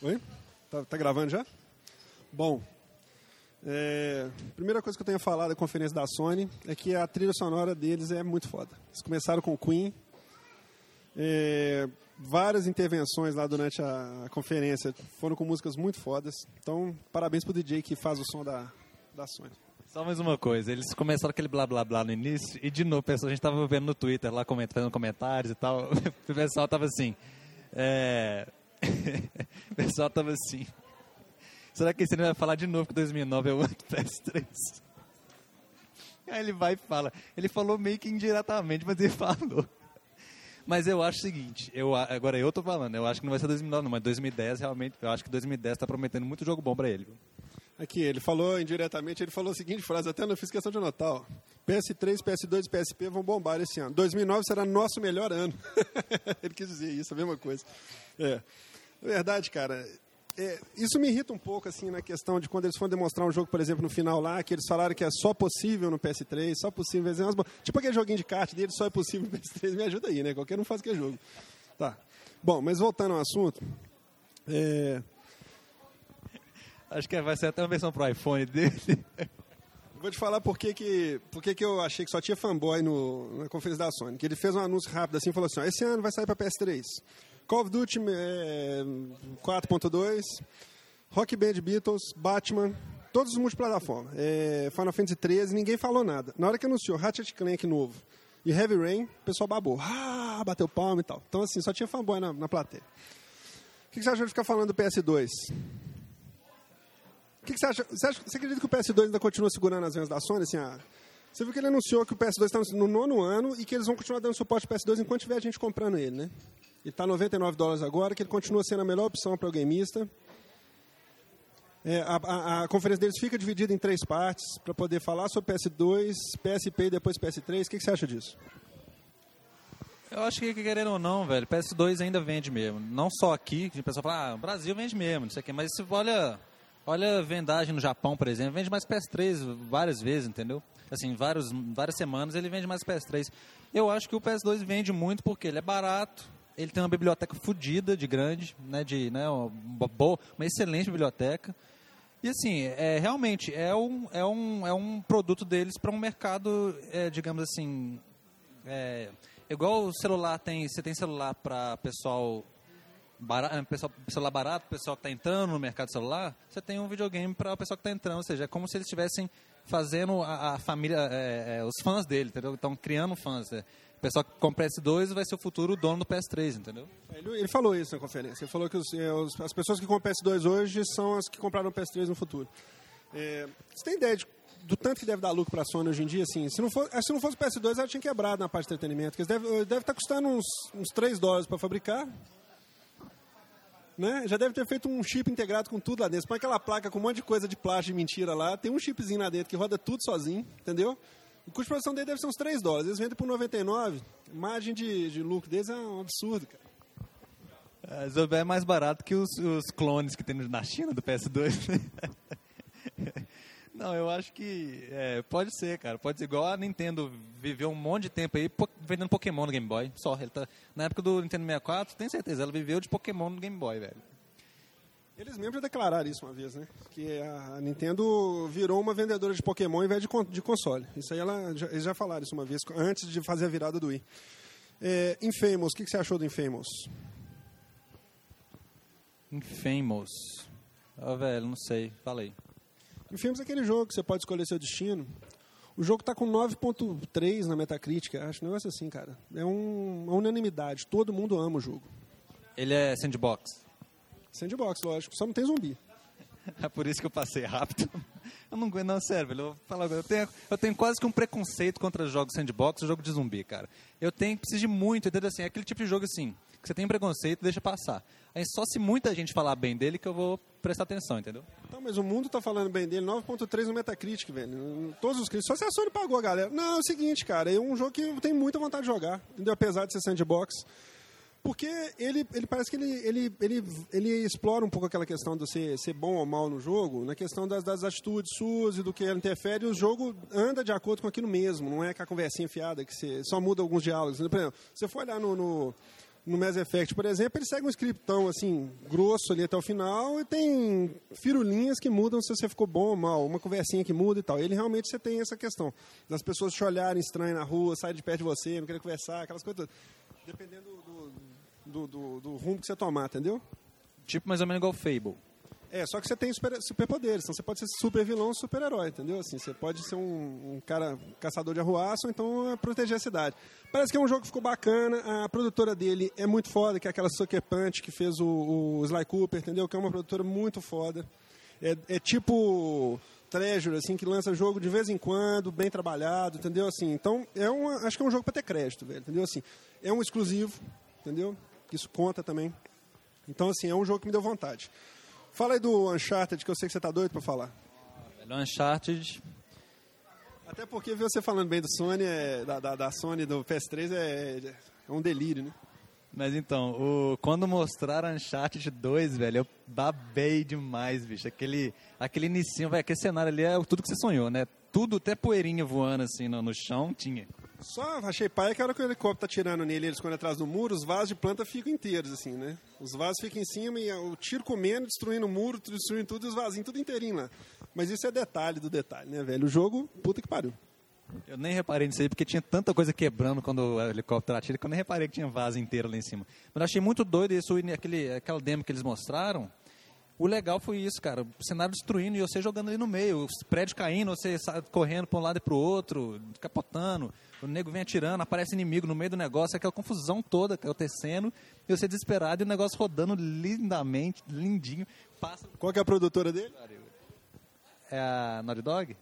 Oi? Tá gravando já? Bom, primeira coisa que eu tenho a falar da conferência da Sony é que a trilha sonora deles é muito foda. Eles começaram com Queen, várias intervenções lá durante a conferência foram com músicas muito fodas. Então, parabéns pro DJ que faz o som da Sony. Só mais uma coisa, eles começaram aquele blá blá blá no início e de novo, a gente tava vendo no Twitter lá, fazendo comentários e tal, o pessoal tava assim, o pessoal tava assim, será que esse ele vai falar de novo que 2009 é o ano do PS3? Aí ele vai e fala, ele falou meio que indiretamente, mas ele falou. Mas eu acho o seguinte, agora eu tô falando, eu acho que não vai ser 2009 não, mas 2010 realmente, eu acho que 2010 tá prometendo muito jogo bom pra ele. Aqui, ele falou indiretamente, ele falou a seguinte frase, até não fiz questão de anotar, ó. PS3, PS2 e PSP vão bombar esse ano. 2009 será nosso melhor ano. Ele quis dizer isso, a mesma coisa. Na verdade, cara, isso me irrita um pouco, assim, na questão de quando eles foram demonstrar um jogo, por exemplo, no final lá, que eles falaram que é só possível no PS3, só possível... Tipo aquele joguinho de kart dele, só é possível no PS3. Me ajuda aí, né? Qualquer um faz aquele jogo. Tá. Bom, mas voltando ao assunto... Acho que vai ser até uma versão pro iPhone dele. Vou te falar por que eu achei que só tinha fanboy na conferência da Sony. Que ele fez um anúncio rápido assim e falou assim, ó, esse ano vai sair para PS3. Call of Duty 4.2, Rock Band Beatles, Batman, todos os multiplataformas. Final Fantasy 13, ninguém falou nada. Na hora que anunciou Ratchet Clank novo e Heavy Rain, o pessoal babou. Bateu palma e tal. Então assim, só tinha fanboy na plateia. O que você achou de ficar falando do PS2? O que você acha? Você acredita que o PS2 ainda continua segurando as vendas da Sony? Assim, você viu que ele anunciou que o PS2 está no 9º ano e que eles vão continuar dando suporte ao PS2 enquanto tiver gente comprando ele, né? Ele está $99 agora, que ele continua sendo a melhor opção para o gamista. A conferência deles fica dividida em 3 partes para poder falar sobre PS2, PSP e depois PS3. O que você acha disso? Eu acho que, querendo ou não, velho, PS2 ainda vende mesmo. Não só aqui, que o pessoal fala, o Brasil vende mesmo, não sei o quê, mas se olha a vendagem no Japão, por exemplo, vende mais PS3 várias vezes, entendeu? Assim, várias semanas ele vende mais PS3. Eu acho que o PS2 vende muito porque ele é barato, ele tem uma biblioteca fodida de grande, né, uma excelente biblioteca. E assim, realmente é um produto deles para um mercado, digamos assim, igual o celular você tem celular para pessoal... celular barato, pessoal que está entrando no mercado celular, você tem um videogame para o pessoal que está entrando, ou seja, é como se eles estivessem fazendo a família, os fãs dele, entendeu? Estão criando fãs. O pessoal que compra PS2 vai ser o futuro dono do PS3, entendeu? Ele falou isso na conferência, ele falou que as pessoas que compram PS2 hoje são as que compraram o PS3 no futuro. Você tem ideia do tanto que deve dar lucro para a Sony hoje em dia? Assim, se não fosse o PS2, ela tinha quebrado na parte de entretenimento, porque deve estar custando uns $3 para fabricar. Né? Já deve ter feito um chip integrado com tudo lá dentro. Põe aquela placa com um monte de coisa de plástico de mentira lá, tem um chipzinho lá dentro que roda tudo sozinho, entendeu? O custo de produção dele deve ser uns $3. Eles vendem por 99, a margem de lucro deles é um absurdo, cara. É mais barato que os clones que tem na China do PS2. Não, eu acho que pode ser, cara. Pode ser igual a Nintendo viveu um monte de tempo aí vendendo Pokémon no Game Boy. Só, na época do Nintendo 64, tenho certeza, ela viveu de Pokémon no Game Boy, velho. Eles mesmos já declararam isso uma vez, né? Que a Nintendo virou uma vendedora de Pokémon ao invés de console. Isso aí eles já falaram isso uma vez, antes de fazer a virada do Wii. Infamous, o que você achou do Infamous? Infamous? Velho, não sei, falei. Infamous é aquele jogo que você pode escolher seu destino. O jogo está com 9.3 na Metacritic, acho um negócio assim, cara. É uma unanimidade, todo mundo ama o jogo. Ele é sandbox? Sandbox, lógico, só não tem zumbi. É por isso que eu passei rápido. Eu não aguento, não, sério, velho. Eu vou falar agora. Eu tenho quase que um preconceito contra jogos sandbox e jogo de zumbi, cara. Preciso de muito, entendeu? Assim, é aquele tipo de jogo assim, que você tem preconceito e deixa passar. Aí só se muita gente falar bem dele que eu vou prestar atenção, entendeu? Não, mas o mundo tá falando bem dele, 9.3 no Metacritic, velho. Todos os críticos. Só se a Sony pagou a galera. Não, é o seguinte, cara, é um jogo que eu tenho muita vontade de jogar, entendeu? Apesar de ser sandbox. Porque ele parece que ele explora um pouco aquela questão de ser bom ou mal no jogo, na questão das atitudes suas e do que ela interfere, e o jogo anda de acordo com aquilo mesmo, não é com a conversinha fiada, que você só muda alguns diálogos. Por exemplo, se você for olhar no no Mass Effect, por exemplo, ele segue um scriptão, assim, grosso ali até o final e tem firulinhas que mudam se você ficou bom ou mal, uma conversinha que muda e tal. Ele realmente, você tem essa questão das pessoas te olharem estranho na rua, saírem de perto de você, não querer conversar, aquelas coisas todas. Dependendo do rumo que você tomar, entendeu? Tipo mais ou menos igual o Fable. Só que você tem superpoderes, então você pode ser super vilão ou super herói, entendeu? Assim, você pode ser um cara caçador de arruaça ou então proteger a cidade. Parece que é um jogo que ficou bacana, a produtora dele é muito foda, que é aquela Sucker Punch que fez o Sly Cooper, entendeu? Que é uma produtora muito foda. É tipo Treasure, assim, que lança jogo de vez em quando, bem trabalhado, entendeu? Assim, então, acho que é um jogo para ter crédito, velho, entendeu? Assim, é um exclusivo, entendeu? Isso conta também. Então, assim, é um jogo que me deu vontade. Fala aí do Uncharted, que eu sei que você tá doido pra falar. O Uncharted... Até porque ver você falando bem do Sony, da Sony, do PS3, é um delírio, né? Mas então, quando mostraram Uncharted 2, velho, eu babei demais, bicho. Aquele inicinho, velho, aquele cenário ali é tudo que você sonhou, né? Tudo, até poeirinha voando assim no chão, tinha. Só achei paia que a hora que o helicóptero tá tirando nele, eles quando atrás do muro, os vasos de planta ficam inteiros, assim, né? Os vasos ficam em cima e o tiro comendo, destruindo o muro, destruindo tudo, e os vasinhos tudo inteirinho lá. Mas isso é detalhe do detalhe, né, velho? O jogo, puta que pariu. Eu nem reparei nisso aí, porque tinha tanta coisa quebrando quando o helicóptero atira, que eu nem reparei que tinha vaso inteiro lá em cima. Mas eu achei muito doido isso, aquela demo que eles mostraram. O legal foi isso, cara, o cenário destruindo e você jogando ali no meio, os prédios caindo, você correndo para um lado e para o outro, capotando, o nego vem atirando, aparece inimigo no meio do negócio, aquela confusão toda acontecendo, e você desesperado e o negócio rodando lindamente, lindinho. Passa... Qual que é a produtora dele? É a Naughty Dog?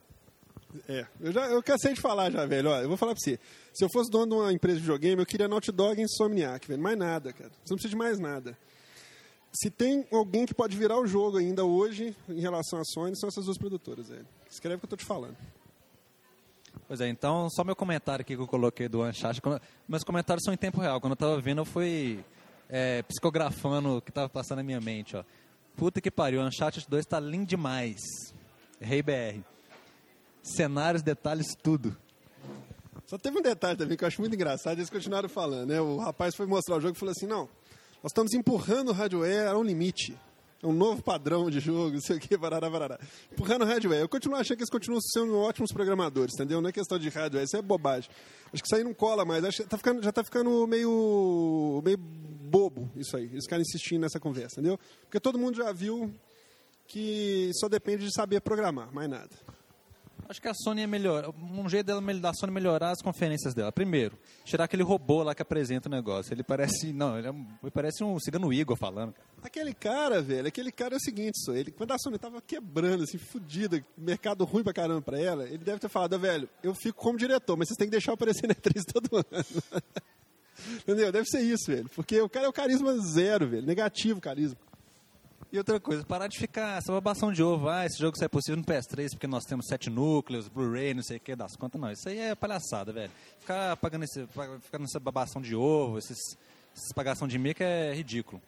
Eu cansei de falar já, velho. Ó, eu vou falar pra você. Se eu fosse dono de uma empresa de videogame, eu queria Naughty Dog e Insomniac, velho. Mais nada, cara. Você não precisa de mais nada. Se tem alguém que pode virar o jogo ainda hoje, em relação à Sony, são essas duas produtoras, velho. Escreve o que eu tô te falando. Pois é, então, só meu comentário aqui que eu coloquei do Uncharted. Meus comentários são em tempo real. Quando eu tava vendo, eu fui psicografando o que tava passando na minha mente, ó. Puta que pariu, o Uncharted 2 tá lindo demais. Rei BR. Cenários, detalhes, tudo. Só teve um detalhe também que eu acho muito engraçado, eles continuaram falando, né? O rapaz foi mostrar o jogo e falou assim, não, nós estamos empurrando o hardware a um limite. É um novo padrão de jogo, não sei o que, barará. Empurrando o hardware. Eu continuo achando que eles continuam sendo ótimos programadores, entendeu? Não é questão de hardware, isso é bobagem. Acho que isso aí não cola mais. Acho que já tá ficando meio bobo isso aí. Eles ficarem insistindo nessa conversa, entendeu? Porque todo mundo já viu que só depende de saber programar, mais nada. Acho que a Sony é melhor. Um jeito da Sony melhorar as conferências dela. Primeiro, tirar aquele robô lá que apresenta o negócio. Ele parece um cigano Igor falando. Aquele cara, velho, é o seguinte, quando a Sony tava quebrando, assim, fodida, mercado ruim pra caramba pra ela, ele deve ter falado, velho, eu fico como diretor, mas vocês têm que deixar eu aparecer na E3 todo ano. Entendeu? Deve ser isso, velho. Porque o cara é o carisma zero, velho. Negativo carisma. E outra coisa, parar de ficar essa babação de ovo, esse jogo só é possível no PS3 porque nós temos 7 núcleos, Blu-ray, não sei o que, das contas, não. Isso aí é palhaçada, velho. Ficar ficando nessa babação de ovo, essas pagação de mica é ridículo.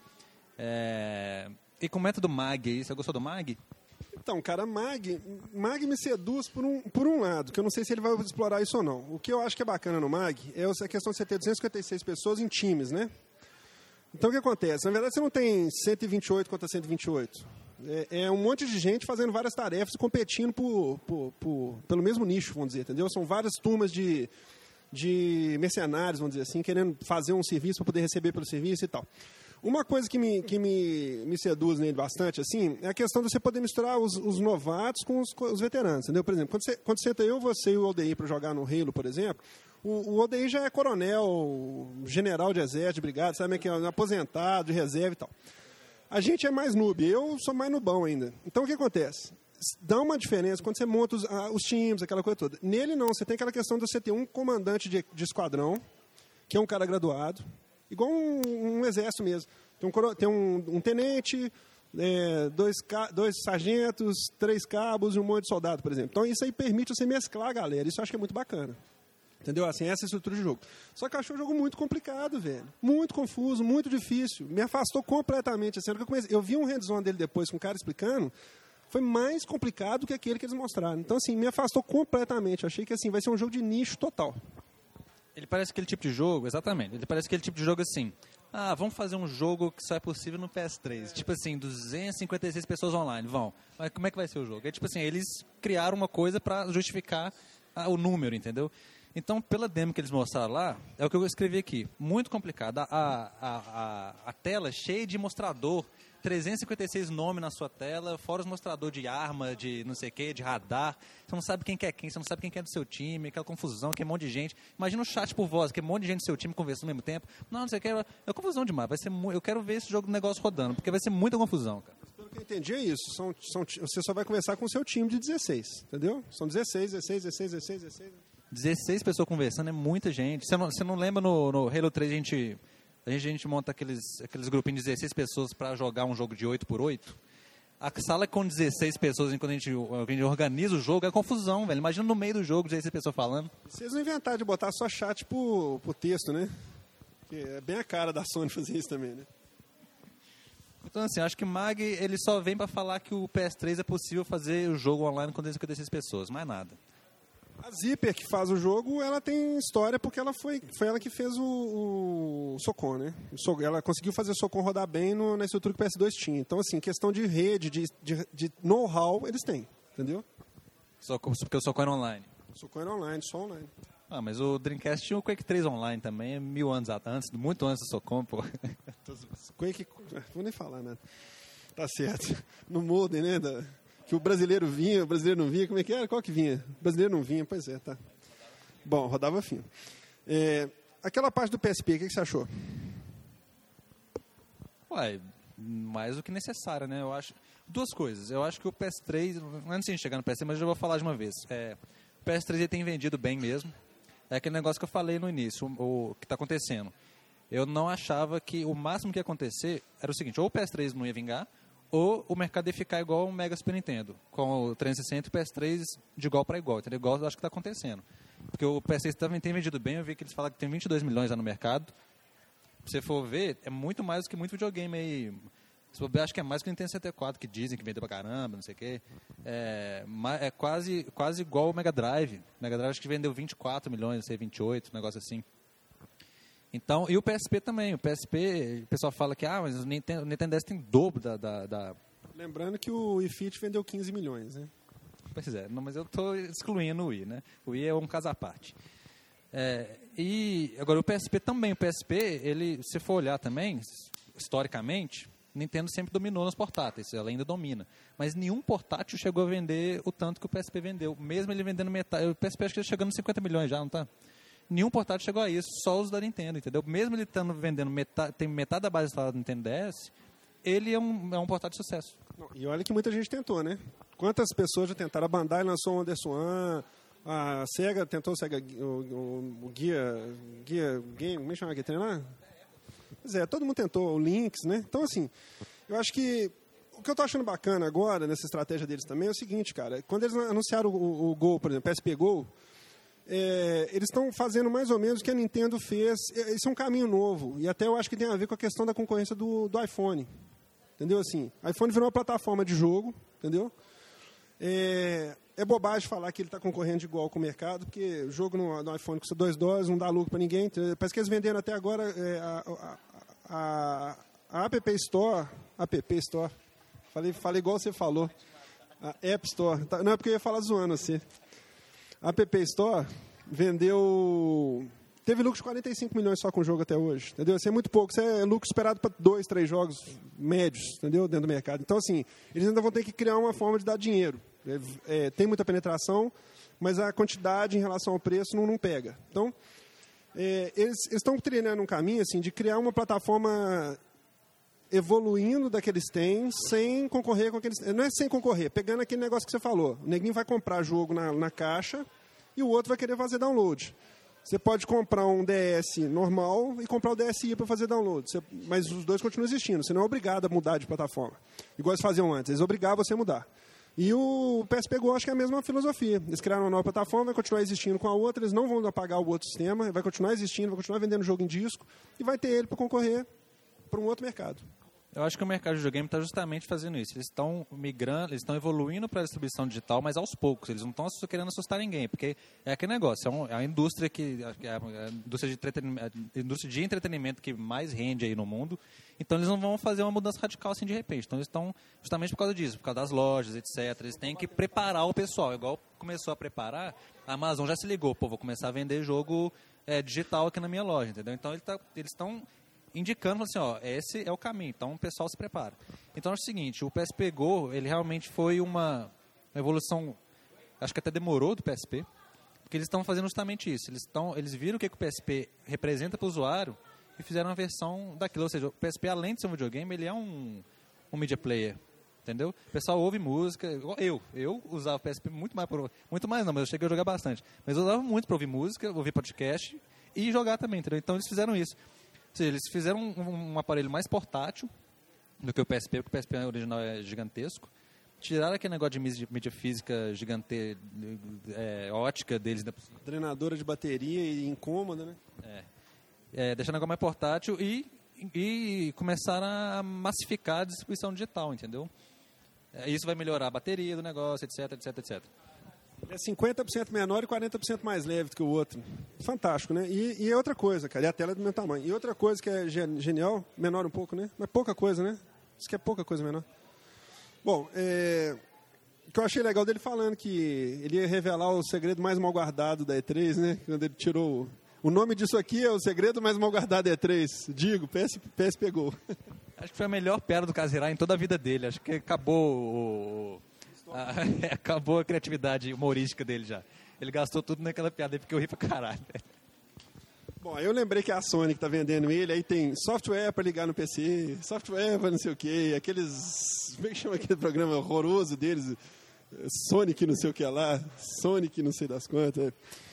E com o método MAG aí, você gostou do MAG? Então, cara, MAG me seduz por um lado, que eu não sei se ele vai explorar isso ou não. O que eu acho que é bacana no MAG é a questão de você ter 256 pessoas em times, né? Então, o que acontece? Na verdade, você não tem 128 contra 128. É um monte de gente fazendo várias tarefas e competindo pelo mesmo nicho, vamos dizer, entendeu? São várias turmas de mercenários, vamos dizer assim, querendo fazer um serviço para poder receber pelo serviço e tal. Uma coisa que me seduz nele bastante, assim, é a questão de você poder misturar os novatos com os veteranos, entendeu? Por exemplo, quando senta eu, você e o ODI para jogar no Halo, por exemplo, o ODI já é coronel, general de exército, de brigada, sabe, que é aposentado, de reserva e tal. A gente é mais noob, eu sou mais noobão ainda. Então, o que acontece? Dá uma diferença quando você monta os times, aquela coisa toda. Nele, não, você tem aquela questão de você ter um comandante de esquadrão, que é um cara graduado, igual um exército mesmo. Tem um tenente, 2 sargentos, 3 cabos e um monte de soldado, por exemplo. Então, isso aí permite você mesclar a galera. Isso eu acho que é muito bacana. Entendeu? Assim, essa é a estrutura de jogo. Só que eu achei o jogo muito complicado, velho. Muito confuso, muito difícil. Me afastou completamente. Assim, eu vi um hands-on dele depois com o cara explicando. Foi mais complicado que aquele que eles mostraram. Então, assim, me afastou completamente. Eu achei que, assim, vai ser um jogo de nicho total. Ele parece aquele tipo de jogo, exatamente. Ele parece aquele tipo de jogo assim. vamos fazer um jogo que só é possível no PS3. Tipo assim, 256 pessoas online, vão. Mas como é que vai ser o jogo? É tipo assim, eles criaram uma coisa para justificar o número, entendeu? Então, pela demo que eles mostraram lá, é o que eu escrevi aqui. Muito complicado. A tela cheia de mostrador, 356 nomes na sua tela, fora os mostrador de arma, de não sei o que, de radar. Você não sabe quem que é quem, você não sabe quem que é do seu time, aquela confusão, que é um monte de gente. Imagina um chat por voz, que é um monte de gente do seu time conversando ao mesmo tempo. Não sei o que, é confusão demais. Vai ser eu quero ver esse jogo do negócio rodando, porque vai ser muita confusão, cara. Pelo que eu entendi é isso. Você só vai conversar com o seu time de 16, entendeu? São 16. 16 pessoas conversando é muita gente. Você não lembra no Halo 3 a gente monta aqueles grupinhos de 16 pessoas para jogar um jogo de 8x8? A sala com 16 pessoas, quando a gente organiza o jogo, é confusão, velho. Imagina no meio do jogo, 16 pessoas falando. Vocês não inventaram de botar só chat pro texto, né? Que é bem a cara da Sony fazer isso também, né? Então, assim, acho que o MAG, ele só vem para falar que o PS3 é possível fazer o jogo online com 256 pessoas, mais nada. A Zipper, que faz o jogo, ela tem história porque ela foi ela que fez o Socon, né? Ela conseguiu fazer o Socon rodar bem na estrutura que o PS2 tinha. Então, assim, questão de rede, de know-how, eles têm, entendeu? Porque o Socon era online. O Socon era online, só online. Mas o Dreamcast tinha o Quake 3 online também, 1000 anos antes, muito antes do Socon, pô. Quake, vou nem falar nada. Tá certo. No modem, né? Que o brasileiro vinha, o brasileiro não vinha. Como é que era? Qual que vinha? O brasileiro não vinha, pois é, tá. Bom, rodava fino. Aquela parte do PSP, o que você achou? Mais do que necessário, né? Eu acho... Duas coisas. Eu acho que o PS3... Antes de chegar no PS3, mas eu já vou falar de uma vez. O PS3 ele tem vendido bem mesmo. É aquele negócio que eu falei no início, o que está acontecendo. Eu não achava que o máximo que ia acontecer era o seguinte, ou o PS3 não ia vingar, ou o mercado ia ficar igual ao Mega Super Nintendo, com o 360 e o PS3 de igual para igual, entendeu? Igual eu acho que está acontecendo. Porque o PS3 também tem vendido bem, eu vi que eles falam que tem 22 milhões lá no mercado. Se você for ver, é muito mais do que muito videogame aí. Se for ver, acho que é mais que o Nintendo 64, que dizem que vendeu pra caramba, não sei o quê. É quase igual o Mega Drive. O Mega Drive acho que vendeu 24 milhões, não sei, 28, um negócio assim. Então, e o PSP também. O PSP, o pessoal fala que mas o Nintendo DS tem dobro da... Lembrando que o Wii Fit vendeu 15 milhões, né? Pois é, não, mas eu estou excluindo o Wii, né? O Wii é um caso à parte. E agora o PSP também. O PSP, se for olhar também, historicamente, Nintendo sempre dominou nos portáteis, ela ainda domina. Mas nenhum portátil chegou a vender o tanto que o PSP vendeu. Mesmo ele vendendo metade. O PSP acho que ele chegando nos 50 milhões já, não tá? Nenhum portátil chegou a isso, só os da Nintendo, entendeu? Mesmo ele estando vendendo tem metade da base instalada do Nintendo DS, ele é um portátil de sucesso. E olha que muita gente tentou, né? Quantas pessoas já tentaram? A Bandai lançou o WonderSwan, a Sega tentou o Guia Game, como é que chama aquele trem lá? Pois é, todo mundo tentou, o Lynx, né? Então, assim, eu acho que o que eu tô achando bacana agora, nessa estratégia deles também, é o seguinte, cara. Quando eles anunciaram o Go, por exemplo, PSP Go, eles estão fazendo mais ou menos o que a Nintendo fez. Esse é um caminho novo. E até eu acho que tem a ver com a questão da concorrência do iPhone. Entendeu? Assim, o iPhone virou uma plataforma de jogo, entendeu? É bobagem falar que ele está concorrendo de igual com o mercado, porque o jogo no iPhone custa $2, não dá lucro para ninguém. Parece que eles venderam até agora a App Store. Falei igual você falou. A App Store. Não, é porque eu ia falar zoando você. A App Store teve lucro de 45 milhões só com o jogo até hoje, entendeu? Isso é muito pouco, isso é lucro esperado para 2, 3 jogos médios, entendeu? Dentro do mercado. Então, assim, eles ainda vão ter que criar uma forma de dar dinheiro. Tem muita penetração, mas a quantidade em relação ao preço não pega. Então, eles estão trilhando um caminho, assim, de criar uma plataforma evoluindo da que eles têm, sem concorrer com aqueles... Não é sem concorrer, pegando aquele negócio que você falou. O neguinho vai comprar jogo na caixa e o outro vai querer fazer download. Você pode comprar um DS normal e comprar o DSi para fazer download. Mas os dois continuam existindo. Você não é obrigado a mudar de plataforma. Igual eles faziam antes. Eles obrigavam você a mudar. E o PSP Go acho que é a mesma filosofia. Eles criaram uma nova plataforma, vai continuar existindo com a outra, eles não vão apagar o outro sistema, vai continuar existindo, vai continuar vendendo jogo em disco e vai ter ele para concorrer para um outro mercado. Eu acho que o mercado de videogame está justamente fazendo isso. Eles estão migrando, eles estão evoluindo para a distribuição digital, mas aos poucos. Eles não estão querendo assustar ninguém, porque é aquele negócio. É a indústria a indústria de entretenimento que mais rende aí no mundo. Então eles não vão fazer uma mudança radical assim de repente. Então eles estão justamente por causa disso, por causa das lojas, etc. Eles têm que preparar o pessoal. Igual começou a preparar, a Amazon já se ligou. Pô, vou começar a vender jogo digital aqui na minha loja, entendeu? Então eles estão indicando assim, ó, esse é o caminho, então o pessoal se prepara. Então é o seguinte, o PSP Go, ele realmente foi uma evolução, acho que até demorou do PSP, porque eles estão fazendo justamente isso, eles viram o que o PSP representa para o usuário e fizeram uma versão daquilo, ou seja, o PSP, além de ser um videogame, ele é um media player, entendeu? O pessoal ouve música, eu usava o PSP muito mais não, mas eu cheguei a jogar bastante, mas eu usava muito para ouvir música, ouvir podcast e jogar também, entendeu? Então eles fizeram isso. Ou seja, eles fizeram um aparelho mais portátil do que o PSP, porque o PSP original é gigantesco. Tiraram aquele negócio de mídia física gigante, ótica deles. Drenadora de bateria e incômoda, né? Deixando o negócio mais portátil e começaram a massificar a distribuição digital, entendeu? Isso vai melhorar a bateria do negócio, etc, etc, etc. É 50% menor e 40% mais leve do que o outro. Fantástico, né? E é outra coisa, cara. E a tela é do meu tamanho. E outra coisa que é genial, menor um pouco, né? Mas pouca coisa, né? Isso que é pouca coisa menor. Bom, o que eu achei legal dele falando que ele ia revelar o segredo mais mal guardado da E3, né? Quando ele tirou... O nome disso aqui é o segredo mais mal guardado da E3. Digo, PS pegou. Acho que foi a melhor piada do Kazuhira em toda a vida dele. Acho que acabou acabou a criatividade humorística dele já. Ele gastou tudo naquela piada aí porque eu ri pra caralho. Bom, eu lembrei que a Sony que tá vendendo ele, aí tem software para ligar no PC, software para não sei o quê, aqueles... Como é que chama aquele programa horroroso deles? Sonic não sei o que lá, Sonic não sei das quantas.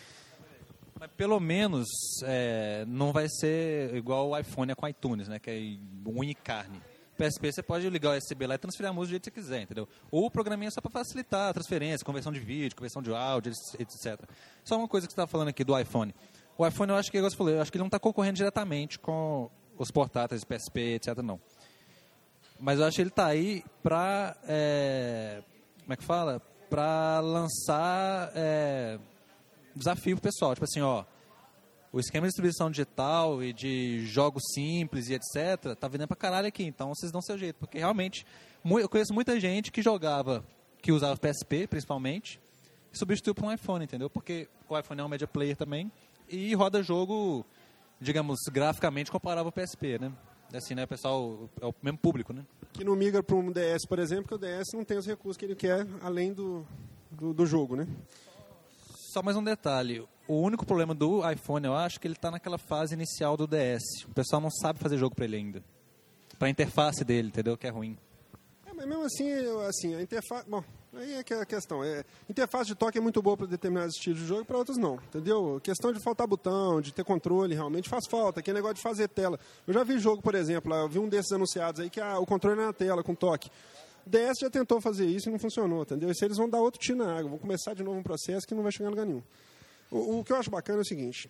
Mas pelo menos não vai ser igual o iPhone com o iTunes, né? Que é unha e carne. PSP você pode ligar o USB lá e transferir a música do jeito que você quiser, entendeu? Ou o programinha é só para facilitar a transferência, conversão de vídeo, conversão de áudio, etc. Só uma coisa que você estava falando aqui do iPhone. O iPhone, eu acho que, igual você falou, eu acho que ele não está concorrendo diretamente com os portáteis, PSP, etc, não. Mas eu acho que ele está aí para, como é que fala? Para lançar desafio pro pessoal. Tipo assim, ó, o esquema de distribuição digital e de jogos simples e etc. tá vendendo pra caralho aqui, então vocês dão seu jeito. Porque realmente, eu conheço muita gente que usava PSP principalmente, e substituiu por um iPhone, entendeu? Porque o iPhone é um media player também e roda jogo, digamos, graficamente comparável ao PSP, né? Assim, né, o pessoal, é o mesmo público, né? Que não migra para um DS, por exemplo, porque o DS não tem os recursos que ele quer além do jogo, né? Só mais um detalhe. O único problema do iPhone, eu acho, que ele está naquela fase inicial do DS. O pessoal não sabe fazer jogo para ele ainda. Para a interface dele, entendeu? Que é ruim. Mas mesmo assim, a interface... Bom, aí é que é a questão. Interface de toque é muito boa para determinados estilos de jogo e para outros não, entendeu? A questão de faltar botão, de ter controle, realmente faz falta. Aquele negócio de fazer tela. Eu já vi jogo, por exemplo, eu vi um desses anunciados aí que o controle é na tela, com toque. O DS já tentou fazer isso e não funcionou, entendeu? Isso eles vão dar outro tiro na água, vão começar de novo um processo que não vai chegar em lugar nenhum. O que eu acho bacana é o seguinte,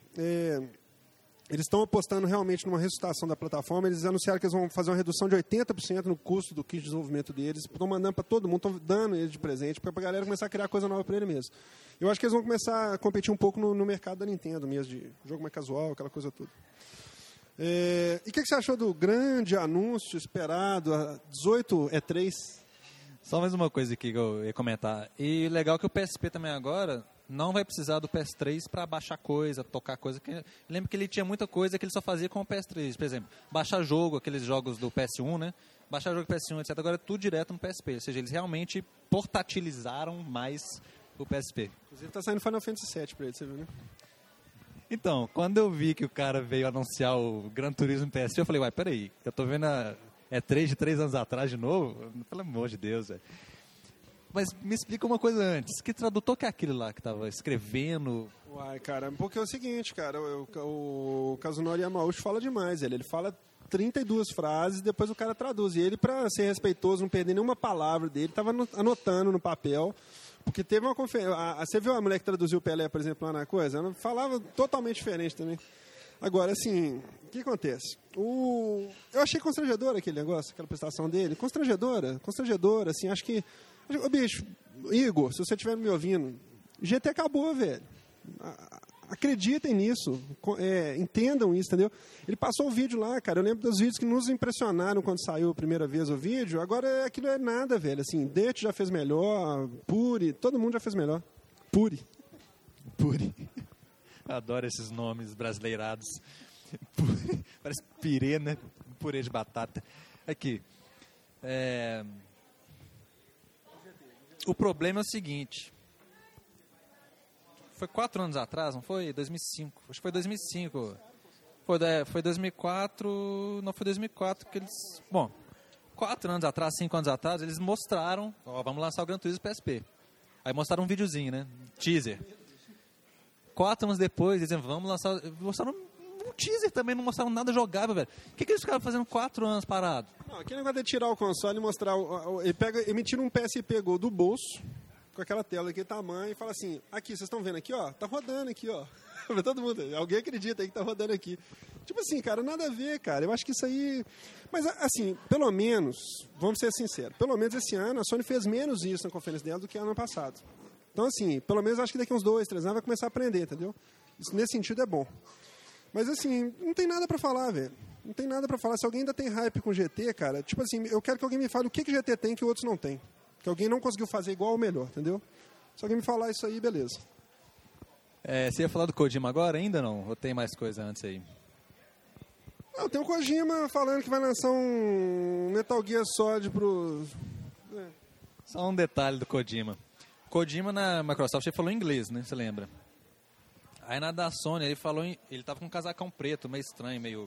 eles estão apostando realmente numa ressuscitação da plataforma, eles anunciaram que eles vão fazer uma redução de 80% no custo do kit de desenvolvimento deles, estão mandando para todo mundo, estão dando eles de presente, para a galera começar a criar coisa nova para ele mesmo. Eu acho que eles vão começar a competir um pouco no mercado da Nintendo mesmo, de jogo mais casual, aquela coisa toda. E o que você achou do grande anúncio esperado, a 18 E3? Só mais uma coisa aqui que eu ia comentar. E legal que o PSP também agora não vai precisar do PS3 para baixar coisa, tocar coisa. Lembro que ele tinha muita coisa que ele só fazia com o PS3. Por exemplo, baixar jogo, aqueles jogos do PS1, né? Baixar jogo do PS1, etc. Agora é tudo direto no PSP. Ou seja, eles realmente portatilizaram mais o PSP. Inclusive está saindo Final Fantasy VII para ele, você viu, né? Então, quando eu vi que o cara veio anunciar o Gran Turismo PSP, eu falei, uai, peraí, eu tô vendo E3 de 3 anos atrás de novo? Pelo amor de Deus, velho. Mas me explica uma coisa antes. Que tradutor que é aquele lá que tava escrevendo? Uai, cara, porque é o seguinte, cara, o Kazunori Yamauchi fala demais. Ele fala 32 frases, depois o cara traduz. E ele, pra ser respeitoso, não perder nenhuma palavra dele, tava anotando no papel. Porque teve uma conferência... Você viu a mulher que traduziu o Pelé, por exemplo, lá na coisa? Ela falava totalmente diferente também. Agora, assim, o que acontece? Eu achei constrangedor aquele negócio, aquela prestação dele. Constrangedora, assim, acho que... Ô, bicho, Igor, se você estiver me ouvindo, GT acabou, velho. Acreditem nisso, entendam isso, entendeu? Ele passou o vídeo lá, cara. Eu lembro dos vídeos que nos impressionaram quando saiu a primeira vez o vídeo. Agora aquilo é nada, velho. Assim, Det já fez melhor, Puri, todo mundo já fez melhor. Puri. Adoro esses nomes brasileirados. Parece pirê, né? Purê de batata. Aqui. O problema é o seguinte. Foi 4 anos atrás, não foi? 2005. Acho que foi 2005. Foi 2004. Não foi 2004 que eles... Bom, 4 anos atrás, 5 anos atrás, eles mostraram... Ó, vamos lançar o Gran Turismo PSP. Aí mostraram um videozinho, né? Teaser. 4 anos depois, dizem, vamos lançar... Mostraram um teaser também, não mostraram nada jogável, velho. O que eles ficaram fazendo 4 anos parados? Não, aquele negócio de tirar o console e mostrar... Ele tira um PSP Go do bolso, com aquela tela daquele tamanho, e fala assim, aqui, vocês estão vendo aqui, ó? Tá rodando aqui, ó. Todo mundo, alguém acredita aí que tá rodando aqui. Tipo assim, cara, nada a ver, cara. Eu acho que isso aí... Mas, assim, pelo menos, vamos ser sinceros, pelo menos esse ano a Sony fez menos isso na conferência dela do que ano passado. Então, assim, pelo menos acho que daqui uns 2, 3 anos vai começar a aprender, entendeu? Isso, nesse sentido, é bom. Mas, assim, não tem nada pra falar, velho. Não tem nada pra falar. Se alguém ainda tem hype com GT, cara, tipo assim, eu quero que alguém me fale o que GT tem que outros não tem. Que alguém não conseguiu fazer igual ou melhor, entendeu? Se alguém me falar isso aí, beleza. Você ia falar do Kojima agora ainda não? Ou tem mais coisa antes aí? Não, tem o Kojima falando que vai lançar um Metal Gear Solid pro... Só um detalhe do Kojima. Kojima na Microsoft ele falou em inglês, né? Você lembra? Aí na da Sony ele tava com um casacão preto, meio estranho, meio...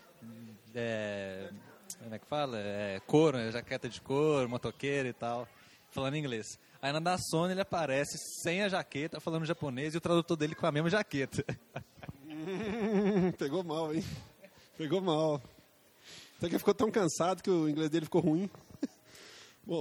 como é que fala? Couro, né? Jaqueta de couro, motoqueiro e tal. Falando em inglês. Aí na da Sony ele aparece sem a jaqueta, falando japonês, e o tradutor dele com a mesma jaqueta. Pegou mal, hein? Pegou mal. Até que ele ficou tão cansado que o inglês dele ficou ruim. Bom...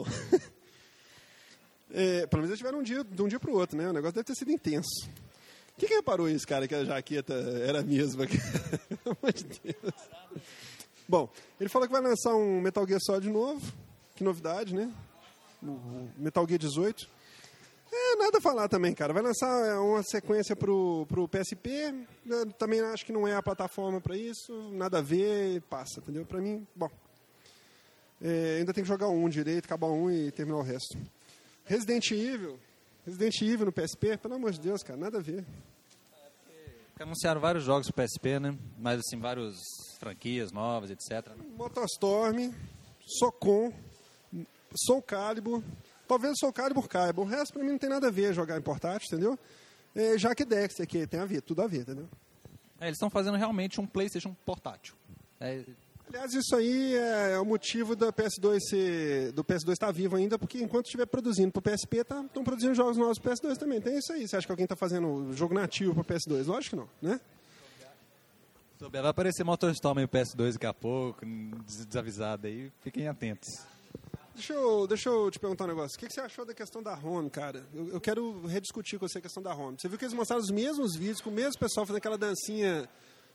pelo menos eles tiveram de um dia pro outro, né? O negócio deve ter sido intenso. Quem que reparou isso, cara, que a jaqueta era a mesma? Pelo amor de Deus. Bom, ele falou que vai lançar um Metal Gear Solid novo. Que novidade, né? O Metal Gear 18. Nada a falar também, cara. Vai lançar uma sequência pro PSP. Eu também acho que não é a plataforma pra isso. Nada a ver, passa, entendeu? Pra mim, bom. Ainda tem que jogar um direito, acabar um e terminar o resto. Resident Evil no PSP, pelo amor de Deus, cara, nada a ver. Anunciaram vários jogos pro PSP, né? Mas assim, várias franquias novas, etc. Motostorm, Socom, Soul Calibur, talvez o Soul Calibur caiba. O resto pra mim não tem nada a ver jogar em portátil, entendeu? Já que Dexter, que tem a ver, tudo a ver, entendeu? Eles estão fazendo realmente um PlayStation portátil. Aliás, isso aí é o motivo do PS2 estar vivo ainda, porque enquanto estiver produzindo para o PSP, estão produzindo jogos novos para o PS2 também. Tem isso aí. Você acha que alguém está fazendo jogo nativo para o PS2? Lógico que não, né? Vai aparecer Motorstorm no PS2 daqui a pouco, desavisado aí. Fiquem atentos. Deixa eu te perguntar um negócio. O que você achou da questão da ROM, cara? Eu quero rediscutir com você a questão da ROM. Você viu que eles mostraram os mesmos vídeos, com o mesmo pessoal fazendo aquela dancinha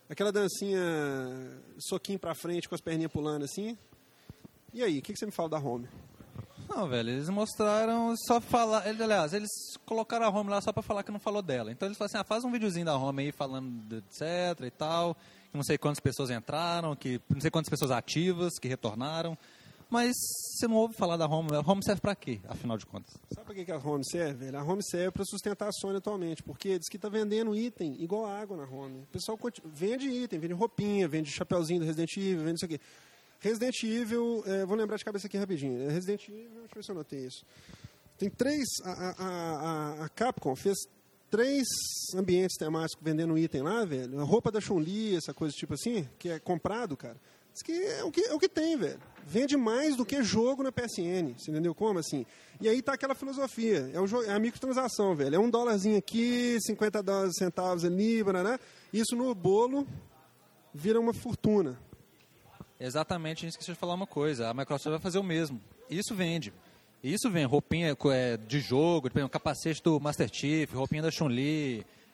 soquinho pra frente com as perninhas pulando assim. E aí, o que você me fala da ROM? Não, velho, eles mostraram só falar... Aliás, eles colocaram a ROM lá só pra falar que não falou dela. Então eles falaram assim, faz um videozinho da ROM aí falando de etc e tal. Não sei quantas pessoas entraram, não sei quantas pessoas ativas que retornaram. Mas você não ouve falar da ROM. A ROM serve pra quê, afinal de contas? Sabe pra que a ROM serve? A ROM serve pra sustentar a Sony atualmente, porque diz que tá vendendo item igual água na ROM. O pessoal vende item, vende roupinha, vende chapeuzinho do Resident Evil, vende isso aqui. Resident Evil, vou lembrar de cabeça aqui rapidinho. Resident Evil, deixa eu ver se eu anotei isso. Tem 3, a Capcom fez 3 ambientes temáticos vendendo item lá, velho. A roupa da Chun-Li, essa coisa tipo assim, que é comprado, cara. Diz que é o que tem, velho. Vende mais do que jogo na PSN. Você entendeu como, assim? E aí tá aquela filosofia. É a microtransação, velho. É $1 aqui, 50 centavos ali, né? Isso no bolo vira uma fortuna. Exatamente, a gente esqueceu de falar uma coisa. A Microsoft vai fazer o mesmo. Isso vende. Isso vem, roupinha de jogo, capacete do Master Chief, roupinha da Chun-Li,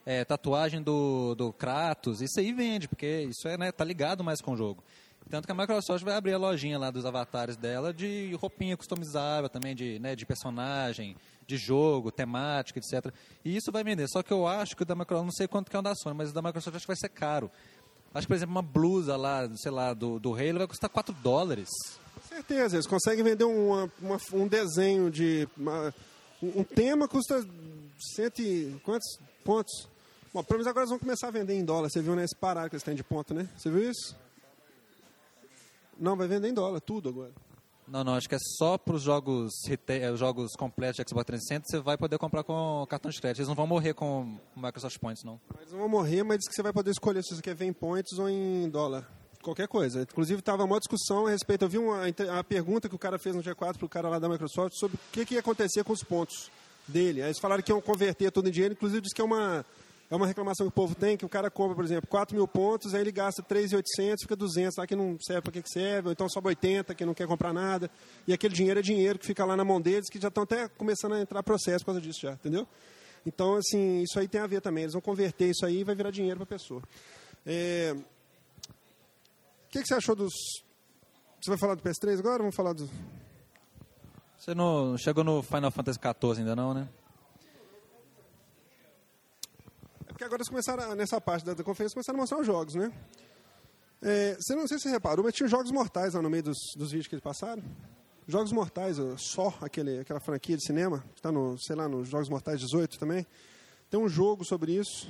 tatuagem do Kratos, isso aí vende, porque isso tá ligado mais com o jogo. Tanto que a Microsoft vai abrir a lojinha lá dos avatares dela de roupinha customizável também, de personagem, de jogo, temática, etc. E isso vai vender. Só que eu acho que o da Microsoft, não sei quanto que é o da Sony, mas o da Microsoft acho que vai ser caro. Acho que, por exemplo, uma blusa lá, sei lá, do Halo vai custar $4. Com certeza, eles conseguem vender um desenho de... um tema custa quantos pontos? Bom, pelo menos agora eles vão começar a vender em dólar. Você viu, né? Esse parado que eles têm de ponto, né? Você viu isso? Não, vai vender em dólar, tudo agora. Não, acho que é só para os jogos completos de Xbox 360 você vai poder comprar com cartão de crédito. Eles não vão morrer com Microsoft Points, não. Eles não vão morrer, mas diz que você vai poder escolher se você quer ver em points ou em dólar. Qualquer coisa. Inclusive, estava uma discussão a respeito. Eu vi uma pergunta que o cara fez no G4 para o cara lá da Microsoft sobre o que ia acontecer com os pontos dele. Aí eles falaram que iam converter tudo em dinheiro. Inclusive, diz que é uma reclamação que o povo tem, que o cara compra, por exemplo, 4.000 pontos, aí ele gasta 3.800, fica 200 lá que não serve para que serve, ou então sobe 80, que não quer comprar nada. E aquele dinheiro é dinheiro que fica lá na mão deles, que já estão até começando a entrar processo por causa disso já, entendeu? Então, assim, isso aí tem a ver também. Eles vão converter isso aí e vai virar dinheiro para a pessoa. O que você achou dos... Você vai falar do PS3 agora ou vamos falar do... Você não chegou no Final Fantasy XIV ainda não, né? Porque agora eles começaram, nessa parte da conferência, começaram a mostrar os jogos, né? Você não sei se você reparou, mas tinha Jogos Mortais lá no meio dos vídeos que eles passaram. Jogos Mortais, só aquela franquia de cinema, que está nos Jogos Mortais 18 também. Tem um jogo sobre isso.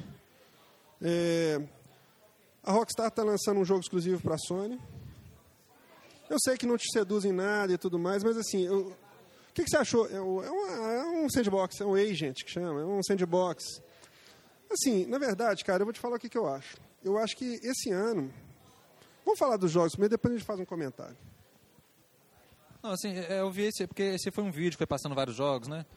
A Rockstar está lançando um jogo exclusivo para a Sony. Eu sei que não te seduz em nada e tudo mais, mas assim, o que você achou? É um sandbox, é um agent que chama, é um sandbox. Assim, na verdade, cara, eu vou te falar o que eu acho. Eu acho que esse ano... Vamos falar dos jogos primeiro, depois a gente faz um comentário. Não, assim, eu vi porque esse foi um vídeo que foi passando vários jogos, né?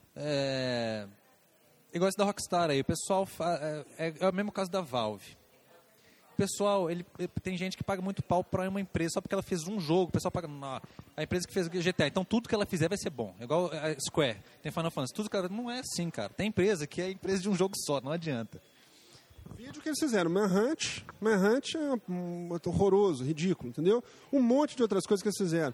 Igual esse da Rockstar aí, o pessoal... É o mesmo caso da Valve. O pessoal, tem gente que paga muito pau para uma empresa só porque ela fez um jogo. O pessoal paga... a empresa que fez GTA, então tudo que ela fizer vai ser bom. Igual a Square, tem Final Fantasy. Tudo que ela... Não é assim, cara. Tem empresa que é empresa de um jogo só, não adianta. O vídeo que eles fizeram, Manhunt é horroroso, ridículo, entendeu? Um monte de outras coisas que eles fizeram.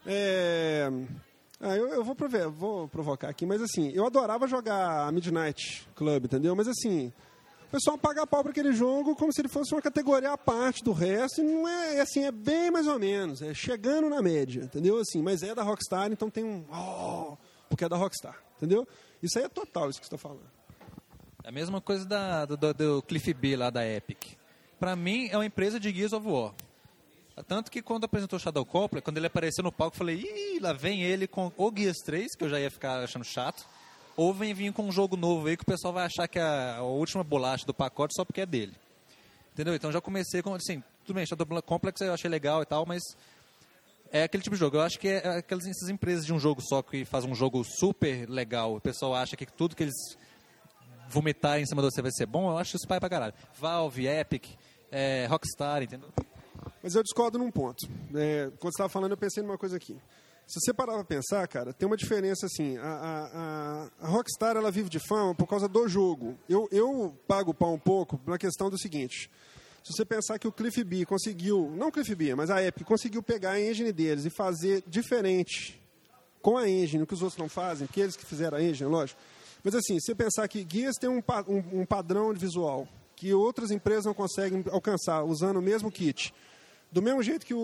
Eu vou provocar aqui, mas assim, eu adorava jogar Midnight Club, entendeu? Mas assim... O pessoal paga pau para aquele jogo como se ele fosse uma categoria à parte do resto, e não é assim, é bem mais ou menos, é chegando na média, entendeu? Assim, mas é da Rockstar, então tem um... porque é da Rockstar, entendeu? Isso aí é total, isso que você está falando. É a mesma coisa do Cliff B lá da Epic. Para mim, é uma empresa de Gears of War. Tanto que quando apresentou Shadow Complex, quando ele apareceu no palco, eu falei, lá vem ele com o Gears 3, que eu já ia ficar achando chato, ou vem vir com um jogo novo aí que o pessoal vai achar que é a última bolacha do pacote só porque é dele. Entendeu? Então já comecei com, assim, tudo bem, Shadow Complex eu achei legal e tal, mas é aquele tipo de jogo. Eu acho que essas empresas de um jogo só que fazem um jogo super legal, o pessoal acha que tudo que eles vomitarem em cima de você vai ser bom, eu acho isso pai pra caralho. Valve, Epic, Rockstar, entendeu? Mas eu discordo num ponto. Quando você estava falando, eu pensei numa coisa aqui. Se você parar para pensar, cara, tem uma diferença assim. A Rockstar, ela vive de fama por causa do jogo. Eu pago o pau um pouco na questão do seguinte. Se você pensar que o Cliff B conseguiu, não o Cliff B, mas a Epic conseguiu pegar a engine deles e fazer diferente com a engine, o que os outros não fazem, que eles que fizeram a engine, lógico. Mas assim, se você pensar que Gears tem um padrão de visual que outras empresas não conseguem alcançar usando o mesmo kit. Do mesmo jeito que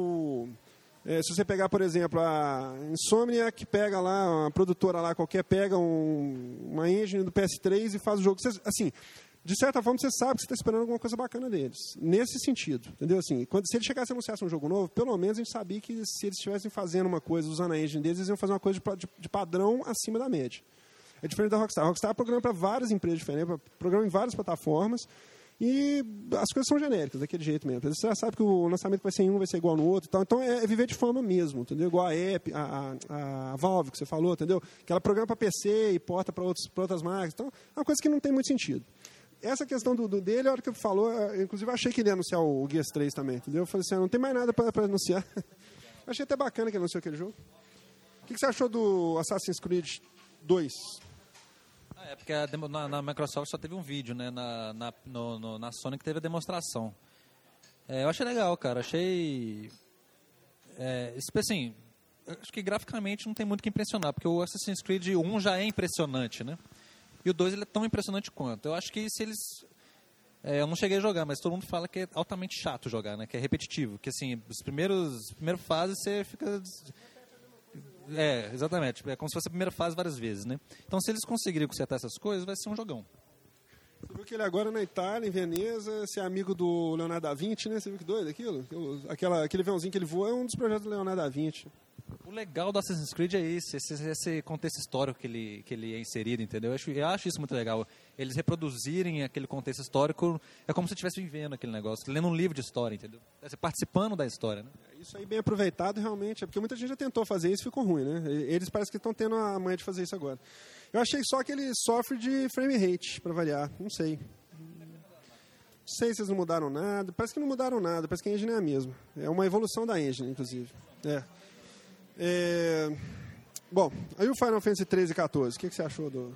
se você pegar, por exemplo, a Insomniac, pega lá, uma produtora lá qualquer, pega uma engine do PS3 e faz o jogo. Assim, de certa forma, você sabe que você está esperando alguma coisa bacana deles. Nesse sentido, entendeu? Assim, se eles chegassem a anunciar um jogo novo, pelo menos a gente sabia que se eles estivessem fazendo uma coisa usando a engine deles, eles iam fazer uma coisa de padrão acima da média. É diferente da Rockstar. A Rockstar programa para várias empresas diferentes, programa em várias plataformas, e as coisas são genéricas, daquele jeito mesmo. Você já sabe que o lançamento vai ser em um, vai ser igual no outro e tal. Então é viver de fama mesmo, entendeu? Igual a Valve, que você falou, entendeu? Que ela programa para PC e porta para outras marcas. Então é uma coisa que não tem muito sentido. Essa questão dele, a hora que ele falou, inclusive eu achei que ele ia anunciar o Gears 3 também, entendeu? Eu falei assim, não tem mais nada para anunciar. Achei até bacana que ele anunciou aquele jogo. O que você achou do Assassin's Creed 2? É porque na Microsoft só teve um vídeo, né? Na Sony que teve a demonstração. Eu achei legal, cara. Achei... assim, acho que graficamente não tem muito o que impressionar, porque o Assassin's Creed 1 já é impressionante, né? E o 2 ele é tão impressionante quanto. Eu acho que se eles... eu não cheguei a jogar, mas todo mundo fala que é altamente chato jogar, né? Que é repetitivo. Que assim, as primeiras fases você fica... exatamente. É como se fosse a primeira fase várias vezes, né? Então se eles conseguirem consertar essas coisas, vai ser um jogão. Você viu que ele agora na Itália, em Veneza, ser amigo do Leonardo da Vinci, né? Você viu que doido aquilo? Aquele aviãozinho que ele voa é um dos projetos do Leonardo da Vinci. O legal do Assassin's Creed é esse contexto histórico que ele é inserido, entendeu? Eu acho isso muito legal. Eles reproduzirem aquele contexto histórico, é como se você estivesse vivendo aquele negócio, lendo um livro de história, entendeu? Você participando da história, né? Isso aí bem aproveitado realmente, porque muita gente já tentou fazer isso e ficou ruim, né? Eles parecem que estão tendo a manha de fazer isso agora. Eu achei só que ele sofre de frame rate, para variar, não sei. Não sei se eles não mudaram nada, parece que não mudaram nada, parece que a engine é a mesma. É uma evolução da engine, inclusive. Bom, aí o Final Fantasy 13 e 14, o que você achou do...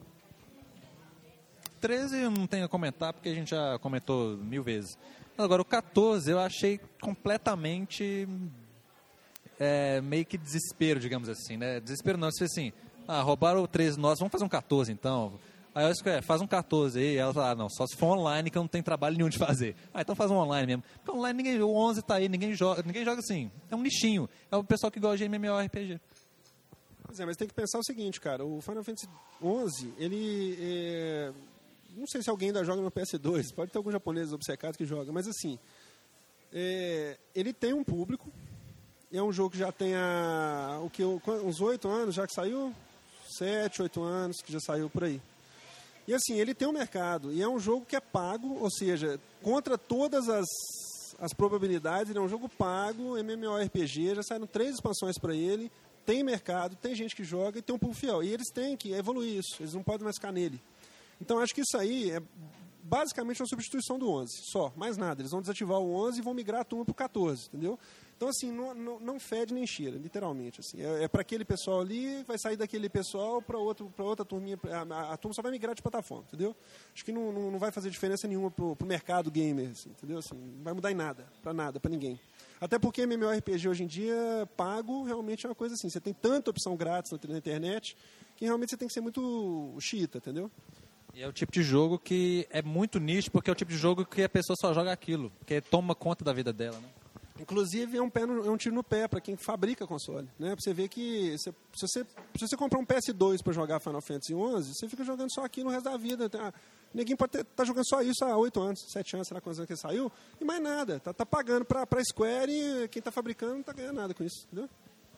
13 eu não tenho a comentar, porque a gente já comentou 1000 vezes. Agora, o 14 eu achei completamente meio que desespero, digamos assim, né? Desespero não, se assim, roubaram o 13 nós, vamos fazer um 14 então. Aí eu disse, faz um 14 aí. Ela fala, não, só se for online que eu não tenho trabalho nenhum de fazer. Então faz um online mesmo. Porque online, o 11 tá aí, ninguém joga assim. É um nichinho. É o pessoal que gosta de MMORPG. Pois mas tem que pensar o seguinte, cara. O Final Fantasy 11, ele... não sei se alguém ainda joga no PS2. Pode ter alguns japoneses obcecados que jogam. Mas assim, ele tem um público. É um jogo que já tem uns 8 anos já que saiu. 7, 8 anos que já saiu por aí. E assim, ele tem um mercado, e é um jogo que é pago, ou seja, contra todas as probabilidades, ele é um jogo pago, MMORPG, já saíram 3 expansões para ele, tem mercado, tem gente que joga e tem um público fiel. E eles têm que evoluir isso, eles não podem mais ficar nele. Então acho que isso aí é basicamente uma substituição do 11, só, mais nada. Eles vão desativar o 11 e vão migrar a turma para o 14, entendeu? Então, assim, não fede nem cheira, literalmente. Assim. Para aquele pessoal ali, vai sair daquele pessoal para outra turminha. A turma só vai migrar de plataforma, entendeu? Acho que não vai fazer diferença nenhuma pro mercado gamer, assim, entendeu? Assim, não vai mudar em nada, para ninguém. Até porque MMORPG hoje em dia, pago, realmente é uma coisa assim. Você tem tanta opção grátis na internet que realmente você tem que ser muito xiita, entendeu? E é o tipo de jogo que é muito nicho, porque é o tipo de jogo que a pessoa só joga aquilo, que toma conta da vida dela, né? Inclusive, é um tiro no pé para quem fabrica console. Né? Para você ver que se você comprar um PS2 para jogar Final Fantasy XI, você fica jogando só aquilo no resto da vida. Ninguém pode estar jogando só isso há 8 anos, 7 anos, sei lá quantos anos que saiu, e mais nada. Tá pagando para a Square e quem está fabricando não está ganhando nada com isso. Entendeu?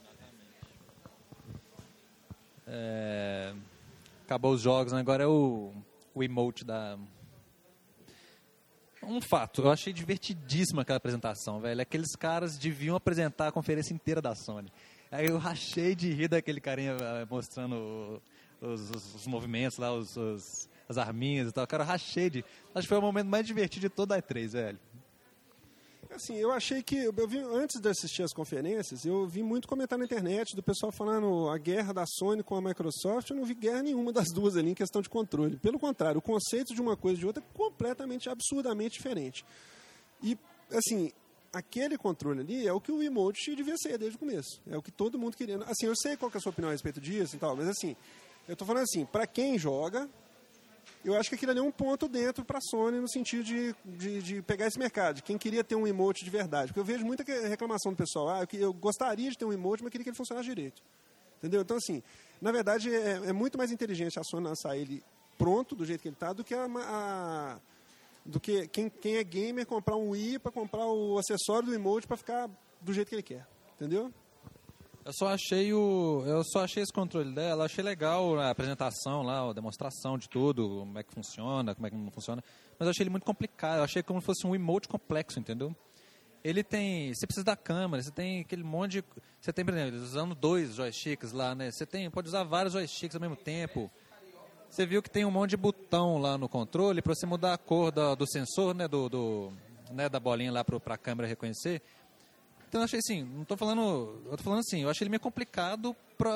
Acabou os jogos, né? Agora é o emote da... Um fato, eu achei divertidíssima aquela apresentação, velho. Aqueles caras deviam apresentar a conferência inteira da Sony. Aí eu rachei de rir daquele carinha mostrando os movimentos lá, as arminhas e tal. Cara, eu rachei de... Acho que foi o momento mais divertido de toda a E3, velho. Assim, eu achei que... Eu vi, antes de assistir as conferências, eu vi muito comentário na internet do pessoal falando a guerra da Sony com a Microsoft. Eu não vi guerra nenhuma das duas ali em questão de controle. Pelo contrário, o conceito de uma coisa e de outra é completamente, absurdamente diferente. E, assim, aquele controle ali é o que o Wiimote devia ser desde o começo. É o que todo mundo queria. Assim, eu sei qual que é a sua opinião a respeito disso e tal, mas assim, eu tô falando assim, para quem joga... Eu acho que aquilo ali é um ponto dentro para a Sony no sentido de pegar esse mercado, de quem queria ter um emote de verdade. Porque eu vejo muita reclamação do pessoal, eu gostaria de ter um emote, mas queria que ele funcionasse direito. Entendeu? Então, assim, na verdade, é muito mais inteligente a Sony lançar ele pronto, do jeito que ele está, do que quem é gamer comprar um Wii para comprar o acessório do emote para ficar do jeito que ele quer. Entendeu? Eu só achei esse controle dela, achei legal a apresentação lá, a demonstração de tudo, como é que funciona, como é que não funciona, mas eu achei ele muito complicado, eu achei como se fosse um emote complexo, entendeu? Ele tem, você precisa da câmera, você tem aquele monte de, você tem, por exemplo, usando 2 joysticks lá, né? Você pode usar vários joysticks ao mesmo tempo. Você viu que tem um monte de botão lá no controle para você mudar a cor do sensor, né, né, da bolinha lá para a câmera reconhecer. Então eu achei assim, eu tô falando assim, eu achei ele meio complicado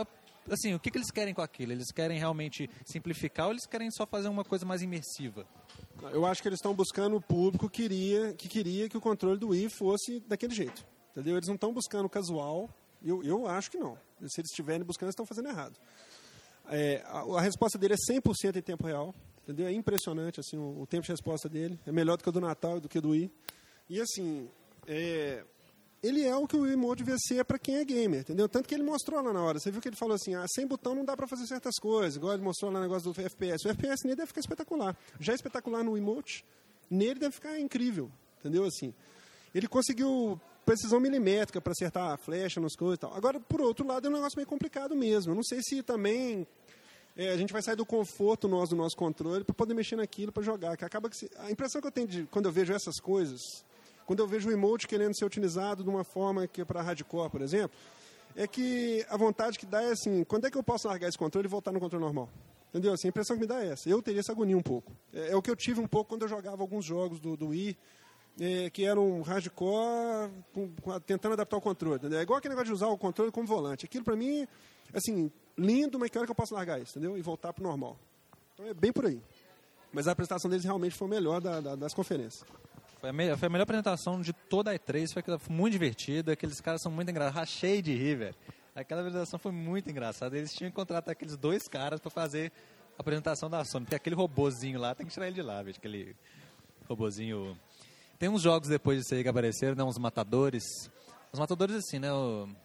assim, o que eles querem com aquilo? Eles querem realmente simplificar ou eles querem só fazer uma coisa mais imersiva? Eu acho que eles estão buscando o público que queria que o controle do Wii fosse daquele jeito. Entendeu? Eles não estão buscando o casual. Eu acho que não. Se eles estiverem buscando, eles estão fazendo errado. A resposta dele é 100% em tempo real. Entendeu? É impressionante assim, o tempo de resposta dele. É melhor do que o do Natal e do que o do Wii. E assim, ele é o que o Wiimote devia ser para quem é gamer. Entendeu? Tanto que ele mostrou lá na hora. Você viu que ele falou assim, sem botão não dá para fazer certas coisas. Igual ele mostrou lá no negócio do FPS. O FPS nele deve ficar espetacular. Já é espetacular no Wiimote, nele deve ficar incrível. Entendeu? Assim, ele conseguiu precisão milimétrica para acertar a flecha nas coisas e tal. Agora, por outro lado, é um negócio meio complicado mesmo. Eu não sei se também a gente vai sair do conforto do nosso controle para poder mexer naquilo, para jogar. Que acaba que a impressão que eu tenho quando eu vejo essas coisas, quando eu vejo o emote querendo ser utilizado de uma forma que é para hardcore, por exemplo, é que a vontade que dá é assim, quando é que eu posso largar esse controle e voltar no controle normal? Entendeu? Assim, a impressão que me dá é essa. Eu teria essa agonia um pouco. É o que eu tive um pouco quando eu jogava alguns jogos do Wii, que era um hardcore tentando adaptar o controle. Entendeu? É igual aquele negócio de usar o controle como volante. Aquilo, para mim, assim, lindo, mas que hora que eu posso largar isso, entendeu? E voltar para o normal. Então, é bem por aí. Mas a apresentação deles realmente foi a melhor das conferências. Foi a melhor apresentação de toda a E3. Foi muito divertida. Aqueles caras são muito engraçados. Rachei de rir, velho. Aquela apresentação foi muito engraçada. Eles tinham que contratar aqueles 2 caras para fazer a apresentação da Sony. Porque aquele robozinho lá, tem que tirar ele de lá, velho. Aquele robozinho... Tem uns jogos depois disso aí que apareceram, né? Uns matadores. Os matadores, assim, né?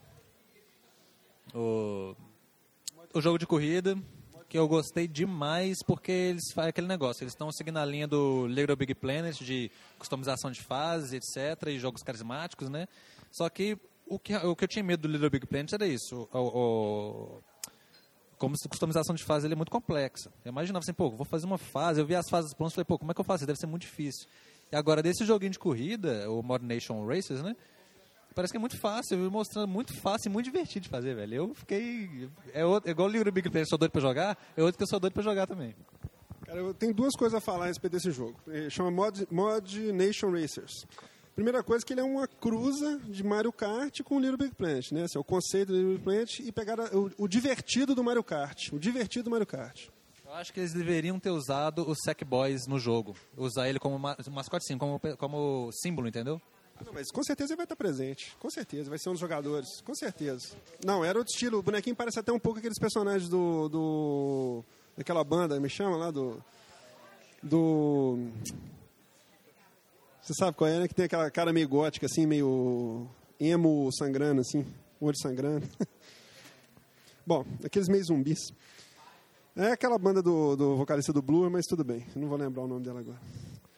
O jogo de corrida, que eu gostei demais, porque eles fazem aquele negócio. Eles estão seguindo a linha do Little Big Planet, de customização de fases, etc. E jogos carismáticos, né? Só que o que eu tinha medo do Little Big Planet era isso. Como a customização de fase ele é muito complexa. Eu imaginava assim, vou fazer uma fase. Eu vi as fases prontas e falei, como é que eu faço? Deve ser muito difícil. E agora, desse joguinho de corrida, o Mod Nation Races, né? Parece que é muito fácil. Eu vi mostrando muito fácil e muito divertido de fazer, velho. Eu fiquei... É igual o livro Big Player, sou doido pra jogar. É outro que eu sou doido pra jogar também. Cara, eu tenho 2 coisas a falar a respeito desse jogo. Chama Mod Nation Racers. Primeira coisa que ele é uma cruza de Mario Kart com o Little Big Planet, né? Assim, o conceito do Little Big Planet e pegar o divertido do Mario Kart. O divertido do Mario Kart. Eu acho que eles deveriam ter usado o Sackboys no jogo. Usar ele como mascote, sim, como símbolo, entendeu? Não, mas com certeza ele vai estar presente. Com certeza, vai ser um dos jogadores. Com certeza. Não, era outro estilo. O bonequinho parece até um pouco aqueles personagens daquela banda, me chama lá, Você sabe qual é, né? Que tem aquela cara meio gótica, assim, meio emo sangrando, assim. Olho sangrando. Bom, aqueles meio zumbis. É aquela banda do vocalista do Blur, mas tudo bem. Não vou lembrar o nome dela agora.